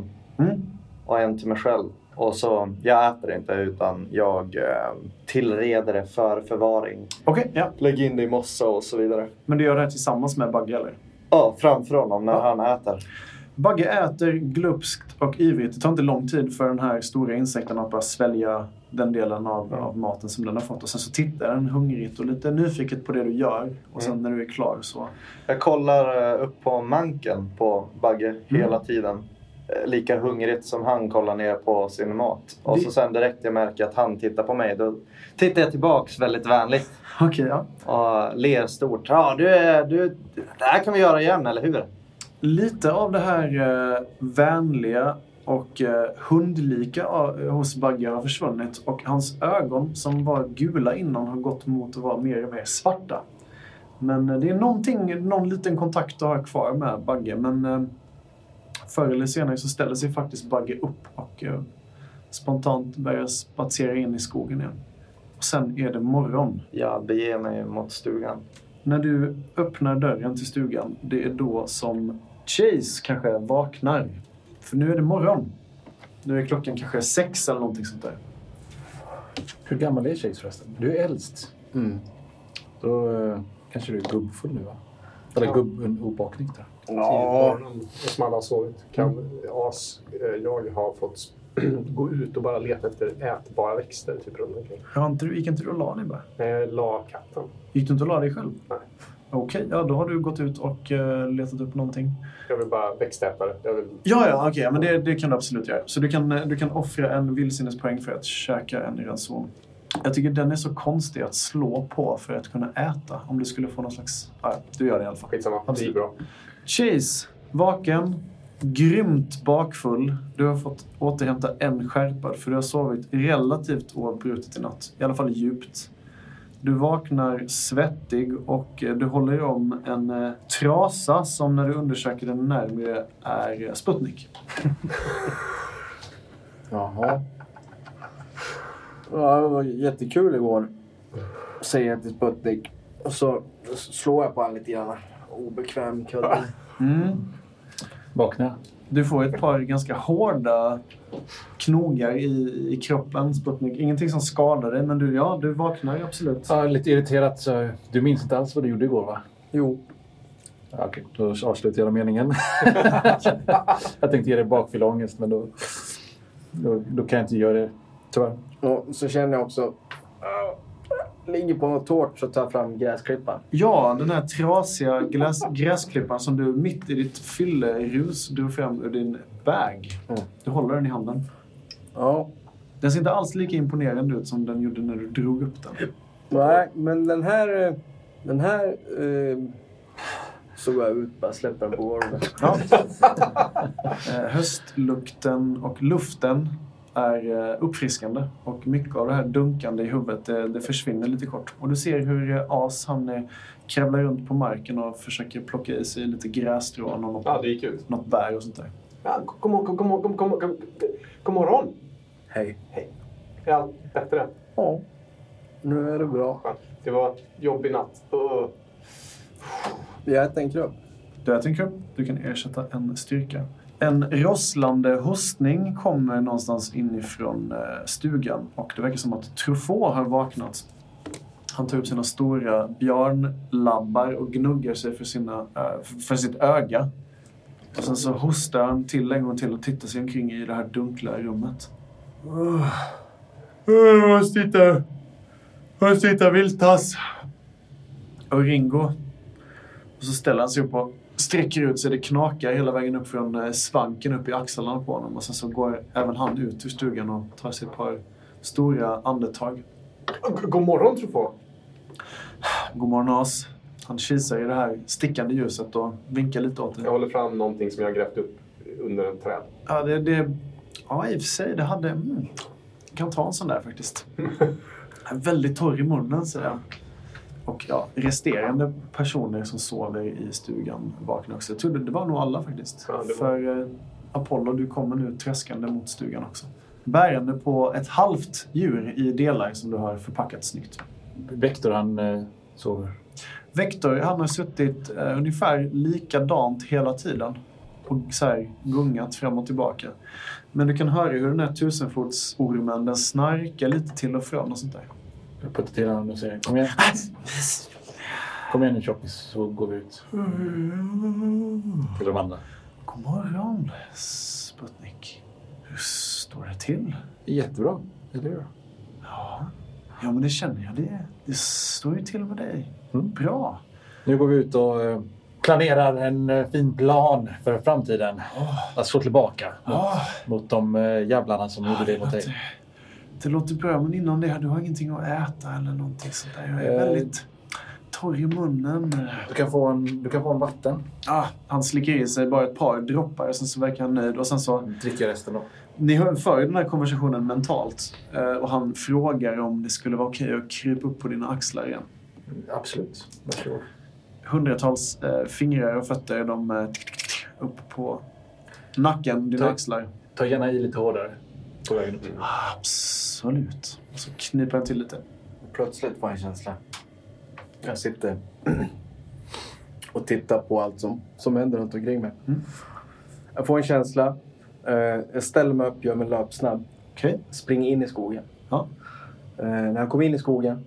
S2: och en till mig själv. Och så, jag äter inte utan jag tillreder det för förvaring.
S3: Okej, ja.
S2: Lägg in det i mossa och så vidare.
S3: Men du gör det här tillsammans med Bagge eller?
S2: Ja, framför honom när han äter.
S3: Bagge äter glupskt och ivrigt. Det tar inte lång tid för den här stora insekten att bara svälja den delen av maten som den har fått. Och sen så tittar den hungrigt och lite nyfiket på det du gör. Och sen när du är klar så...
S2: Jag kollar upp på manken på Bagge hela tiden. Lika hungrigt som han kollar ner på sin mat. Och så sen direkt jag märker att han tittar på mig, då tittar jag tillbaks väldigt vänligt.
S3: Okej, ja.
S2: Och ler stort. Ja, det här kan vi göra igen, eller hur?
S3: Lite av det här vänliga och hundlika hos Bagge har försvunnit. Och hans ögon som var gula innan har gått mot att vara mer och mer svarta. Men det är någon liten kontakt att ha kvar med Bagge. Men förr eller senare så ställer sig faktiskt Bagge upp och spontant börjar spatsera in i skogen igen. Och sen är det morgon.
S2: Jag beger mig mot stugan.
S3: När du öppnar dörren till stugan, det är då som Chase kanske vaknar. För nu är det morgon. Nu är klockan kanske 6 eller någonting sånt där.
S6: Hur gammal är Chase förresten? Du är äldst. Då kanske du är gubbfull nu, va? Eller gubbobakning där.
S5: Ja, som alla har sovit. Jag har fått gå ut och bara leta efter ätbara växter typ runt omkring.
S3: Gick inte du och la dig bara?
S5: Jag la katten.
S3: Gick du inte och la dig själv?
S5: Nej.
S3: Okej, ja då har du gått ut och letat upp någonting.
S5: Jag vill bara växtätare.
S3: Ja, okej, men det kan du absolut göra. Så du kan offra en vildsinnespoäng för att käka en ranson. Jag tycker den är så konstig att slå på för att kunna äta. Om du skulle få någon slags... Ja, du gör det i alla fall.
S5: Skitsamma, det är bra.
S3: Chase, vaken, grymt bakfull. Du har fått återhämta en skärpa för du har sovit relativt oavbrutet i natt. I alla fall djupt. Du vaknar svettig och du håller om en trasa som när du undersöker den närmare är Sputnik.
S6: Jaha.
S4: Ja, det var jättekul igår. Säger jag till Sputnik. Och så slår jag på han lite grann. Obekväm kudde.
S6: Vakna.
S3: Du får ett par ganska hårda knogar i kroppen, Sputnik. Ingenting som skadar dig, men du vaknar absolut.
S6: Ja, lite irriterat. Så du minns inte alls vad du gjorde igår, va?
S4: Jo.
S6: Ja, okej, då avslutar jag meningen. Jag tänkte ge dig bakfyllångest, men då kan jag inte göra det, tyvärr.
S4: Och så känner jag också... ligger på något tårt så tar jag fram gräsklippan.
S3: Ja, den här trasiga gräsklippan som du mitt i ditt fyllerus drog fram ur din bag. Du håller den i handen.
S4: Ja.
S3: Den ser inte alls lika imponerande ut som den gjorde när du drog upp den.
S4: Nej, men den här Så går jag ut, bara släpper den på golvet.
S3: Ja. Höstlukten och luften är uppfriskande. Och mycket av det här dunkande i huvudet, det försvinner lite kort. Och du ser hur As, han kravlar runt på marken och försöker plocka i sig lite grässtrån och något bär och sånt där.
S5: Ja, kom morgon.
S4: Hej.
S5: Är allt bättre?
S4: Ja, nu är det bra.
S5: Det var jobbig natt.
S4: Jag äter en krubb.
S3: Du äter en krubb. Du kan ersätta en styrka. En rosslande hostning kommer någonstans inifrån stugan. Och det verkar som att Truffaut har vaknat. Han tar upp sina stora björnlabbar och gnuggar sig för sitt öga. Och sen så hostar han till en gång till och tittar sig omkring i det här dunkla rummet. Jag måste hitta Viltas. Och Ringo. Och så ställer han sig upp och sträcker ut sig. Det knakar hela vägen upp från svanken upp i axlarna på honom. Och sen så går även han ut ur stugan och tar sig ett par stora andetag.
S5: God morgon, Truffaut.
S3: God morgon, As. Han kisar i det här stickande ljuset och vinkar lite åt det.
S5: Jag håller fram någonting som jag har grävt upp under en träd.
S3: Ja, ja, i och för sig, det hade... kan ta en sån där faktiskt. Väldigt torr i munnen, säger jag. Och ja, resterande personer som sover i stugan vaknar också. Jag trodde det var nog alla faktiskt. Ja, för Apollo, du kommer nu träskande mot stugan också. Bärande på ett halvt djur i delar som du har förpackat snyggt.
S6: Vector, han sover.
S3: Vector, han har suttit ungefär likadant hela tiden. Och så här gungat fram och tillbaka. Men du kan höra hur den här tusenfotsormen, den snarkar lite till och från och sånt där.
S6: Jag puttar till honom och säger, kom igen. Kom igen nu, tjockis, så går vi ut. Till de andra.
S3: God morgon, Sputnik. Hur står det till?
S6: Jättebra, eller hur?
S3: Ja, men det känner jag. Det står ju till med dig. Bra.
S6: Nu går vi ut och planerar en fin plan för framtiden. Att slå tillbaka mot de jävlarna som gjorde det mot dig.
S3: Det låter bra, men innan det, du har ingenting att äta eller någonting sånt där. Jag är väldigt torr i munnen.
S6: Du kan få en vatten.
S3: Han slickar i sig bara ett par droppar, sen så verkar han nöjd. Och sen så...
S6: dricker resten då.
S3: Ni för den här konversationen mentalt. Och han frågar om det skulle vara okej att krypa upp på dina axlar igen.
S6: Absolut. Varsågod.
S3: Hundratals fingrar och fötter, de upp på nacken, dina axlar.
S6: Ta gärna i lite hårdare på vägen upp.
S3: Absolut. Och så kniper han till lite.
S4: Plötsligt får jag en känsla. Jag sitter och tittar på allt som händer runt omkring mig. Jag får en känsla. Jag ställer mig upp, gör mig löpsnabb.
S3: Okej.
S4: Springer in i skogen.
S3: Ja.
S4: När jag kommer in i skogen...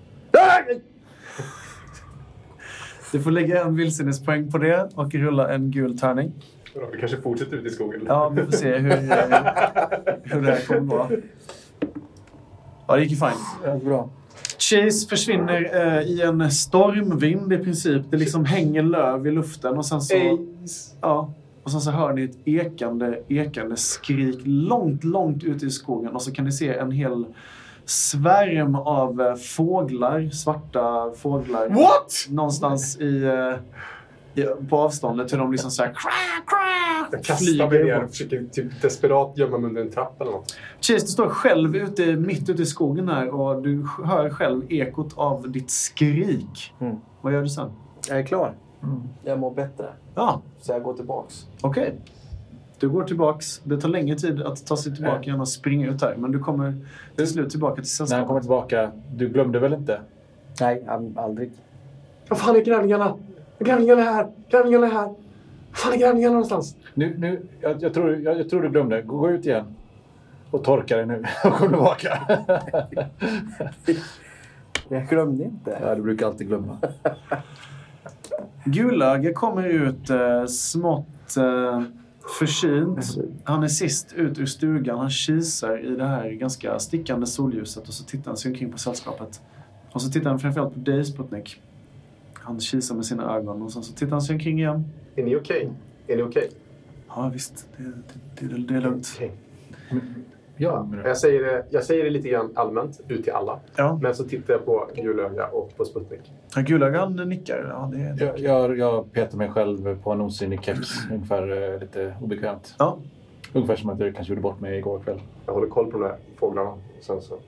S3: Du får lägga en vilsenhetspoäng på det och rulla en gul tärning.
S5: Vi kanske fortsätter ut i skogen.
S3: Ja, vi får se hur det här kommer gå. Ja, det gick ju fine.
S4: Ja, bra.
S3: Chase försvinner i en stormvind i princip. Det liksom hänger löv i luften och sen så... Ja. Och sen så hör ni ett ekande skrik långt ute i skogen. Och så kan ni se en hel svärm av fåglar, svarta fåglar.
S5: What?
S3: Någonstans på avståndet hur de liksom så här
S5: jag kastar mig ner och försöker typ desperat gömma mig under en trapp eller något.
S3: Chase, du står själv mitt ute i skogen här och du hör själv ekot av ditt skrik. Vad gör du sen?
S4: Jag är klar. Jag mår bättre.
S3: Ja.
S4: Så jag går tillbaks.
S3: Okej. Du går tillbaks. Det tar längre tid att ta sig tillbaka än att springa ut här. Men du kommer till slut tillbaka till sällskapet.
S6: När han kommer tillbaka, du glömde väl inte?
S4: Nej, aldrig.
S5: Vad fan är grävlingarna? Grävlingarna är här! Grävlingarna är här! Vad fan är grävlingarna någonstans?
S6: Jag tror du glömde. Gå ut igen. Och torka dig nu. Och kom tillbaka.
S4: Jag glömde inte.
S6: Ja, du brukar alltid glömma.
S3: Gulöga kommer ut smått försynt. Han är sist ut ur stugan. Han kisar i det här ganska stickande solljuset. Och så tittar han sig omkring på sällskapet. Och så tittar han framförallt på dig, Sputnik. Han kisar med sina ögon. Och så tittar han sig omkring igen.
S5: Är ni okej? Är ni okej?
S3: Ja, visst. Det är lugnt.
S5: Okay.
S6: Ja,
S5: Jag säger det lite grann allmänt ut till alla.
S3: Ja.
S5: Men så tittar jag på Gulöga och på Sputnik.
S3: Gulögan nickar. Ja, det är...
S6: Jag petar mig själv på en osynlig keps. Ungefär lite obekvämt.
S3: Ja.
S6: Ungefär som att jag kanske gjorde bort mig igår kväll.
S5: Jag håller koll på de där fåglarna. Sen så.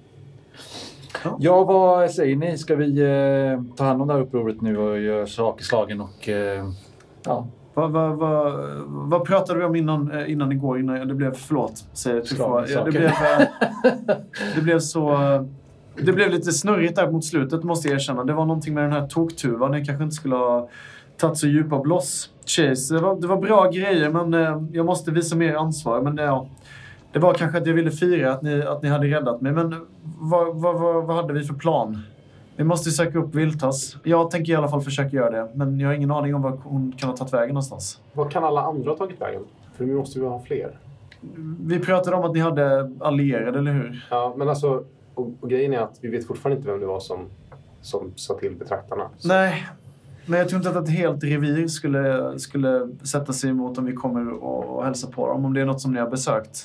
S6: Ja, vad säger ni? Ska vi ta hand om det här upproret nu och göra sak i slagen och... ja.
S3: Vad pratade vi om innan igår? Innan det blev, förlåt, säger Tuffa. Det blev lite snurrigt där mot slutet, måste jag erkänna. Det var någonting med den här toktuvan. Ni kanske inte skulle ha tagit så djupa bloss. Chase, det var bra grejer, men jag måste visa mer ansvar. Men det var kanske att jag ville fira att ni hade räddat mig. Men vad hade vi för plan? Vi måste söka upp Viltas. Jag tänker i alla fall försöka göra det. Men jag har ingen aning om var hon kan ha tagit vägen någonstans.
S5: Vad kan alla andra ha tagit vägen? För nu måste vi ha fler.
S3: Vi pratade om att ni hade allierade, eller hur?
S5: Ja, men alltså... Och grejen är att vi vet fortfarande inte vem det var som sa till betraktarna. Så.
S3: Nej, men jag tror inte att ett helt revir skulle sätta sig emot om vi kommer och hälsa på dem. Om det är något som ni har besökt.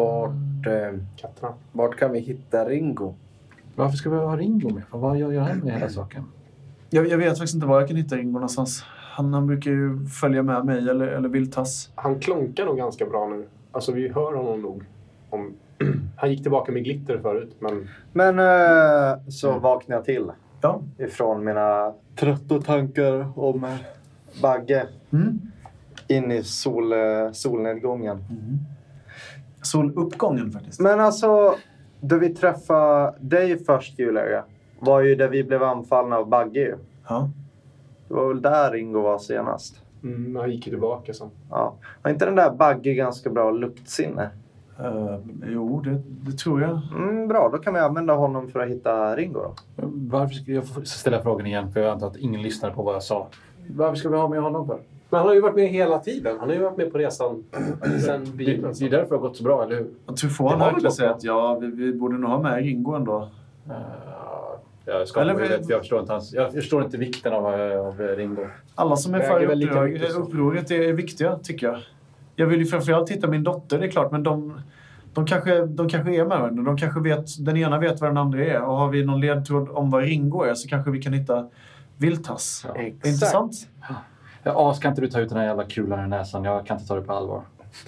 S4: Vart kan vi hitta Ringo?
S6: Varför ska vi ha Ringo med? Vad gör han med hela saken?
S3: Jag vet faktiskt inte var jag kan hitta Ringo någonstans. Han brukar ju följa med mig eller Viltas.
S5: Han klonkar nog ganska bra nu. Alltså vi hör honom nog. Han gick tillbaka med glitter förut. Men
S2: så vaknade jag till.
S3: Ja.
S2: Ifrån mina trötta tankar om Bagge. In i solnedgången.
S3: Soluppgången faktiskt.
S2: Men alltså, då vi träffade dig först, Julia, var ju där vi blev anfallna av Bagge.
S3: Ja.
S2: Det var väl där Ringo var senast.
S5: Han gick ju tillbaka sen.
S2: Ja. Var inte den där Bagge ganska bra luktsinne?
S3: Jo, det tror jag.
S2: Bra, då kan vi använda honom för att hitta Ringo då.
S6: Varför ska jag ställa frågan igen? För jag antar att ingen lyssnar på vad jag sa. Varför ska vi ha med honom för?
S5: Men han har ju varit med hela tiden. Han har ju varit med på resan sen
S6: Det är därför det har gått så bra, eller hur?
S3: Jag tror få han verkligen säga att vi borde nog ha med Ringo ändå.
S6: Jag förstår inte vikten av Ringo.
S3: Alla som är för upproret är viktiga, tycker jag. Jag vill ju framförallt hitta min dotter, det är klart. Men de kanske är med varandra. De kanske vet, den ena vet vad den andra är. Och har vi någon ledtråd om vad Ringo är så kanske vi kan hitta Viltas. Ja. Intressant.
S6: Ja, ska inte du ta ut den här jävla kulan i näsan? Jag kan inte ta det på allvar.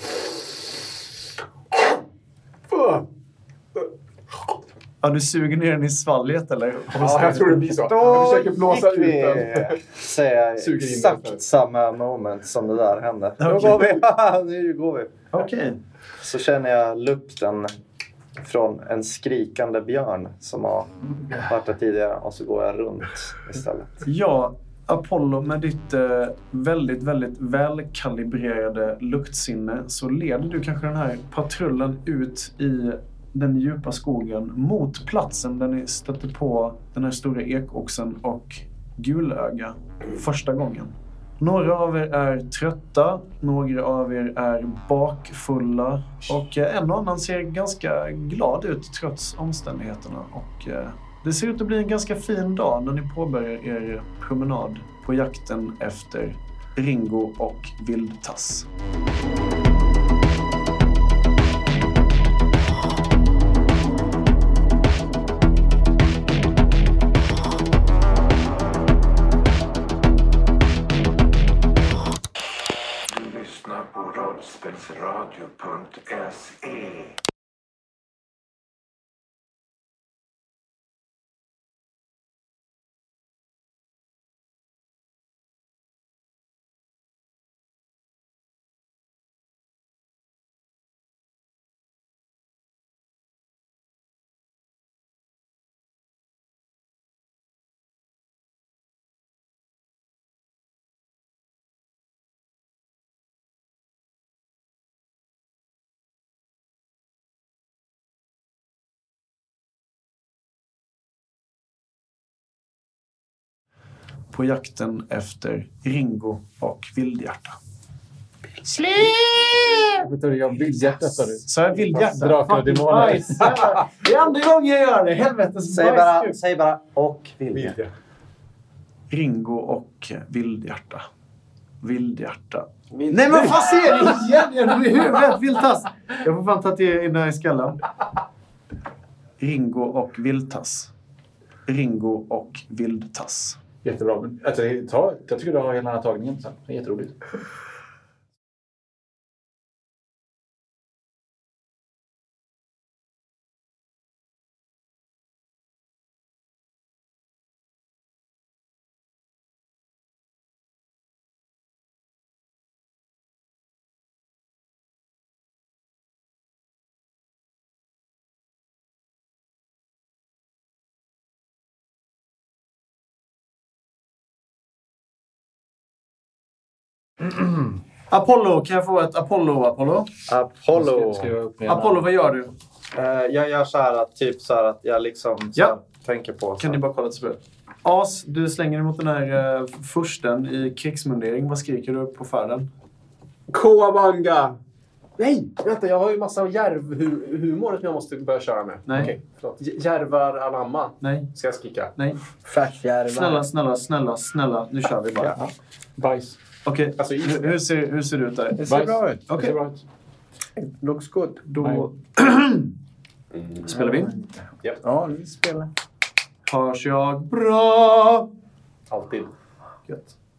S3: Ja, du suger ner den i svalget, eller?
S5: Ja, jag tror det blir så. Jag försöker blåsa ut den.
S2: Säga exakt samma moment som det där hände.
S3: Okay.
S2: Nu går vi.
S3: Okej.
S2: Så känner jag lukten från en skrikande björn som har varit där tidigare. Och så går jag runt istället.
S3: Ja, Apollo, med ditt väldigt, väldigt välkalibrerade luktsinne så leder du kanske den här patrullen ut i den djupa skogen mot platsen där ni stötte på den här stora ekoxen och Gulöga första gången. Några av er är trötta, några av er är bakfulla och en och annan ser ganska glad ut trots omständigheterna. Och det ser ut att bli en ganska fin dag när ni påbörjar er promenad på jakten efter Ringo och Viltas.
S7: På rollspelsradio.se.
S3: På jakten efter Ringo och Vildhjärta.
S6: Slut! Jag Vildhjärta sa du.
S3: Så jag Vildhjärta.
S6: Drakar och demoner.
S3: Det är andra gången jag gör det. Helvete.
S2: Säg bara och Vildhjärta.
S3: Ringo och Vildhjärta. Vildhjärta Nej men vad ser du igen? Jag är i huvudet, Viltas. Jag får fan ta till in där i skallen. Ringo och Vildtass. Ringo och Vildtass.
S6: Jättebra. Alltså, jag tycker du har hela den här tagningen sen. Det är jätteroligt.
S3: Apollo, kan jag få ett Apollo?
S2: Apollo.
S3: Apollo, vad gör du?
S2: Jag gör så här att, typ så här att jag liksom så här, tänker på.
S3: Kan ni bara kolla ett spel? As, du slänger dig mot den här fursten i krigsmundering. Vad skriker du på färden?
S5: Kowabanga! Nej, vänta, jag har ju massa järvhumor som jag måste börja köra med.
S3: Nej.
S5: Okej, förlåt. Järvar anamma.
S3: Nej.
S5: Ska jag skrika?
S3: Nej.
S4: Färsjärvar.
S3: Snälla. Nu kör vi bara.
S6: Bajs.
S3: Okej,
S5: Alltså,
S3: hur ser det ut där?
S4: Det ser bra ut.
S3: Okej.
S4: Looks good.
S3: Då spelar vi in.
S4: Ja, vi spelar.
S3: Hörs jag bra?
S5: Alltid.
S3: Gött.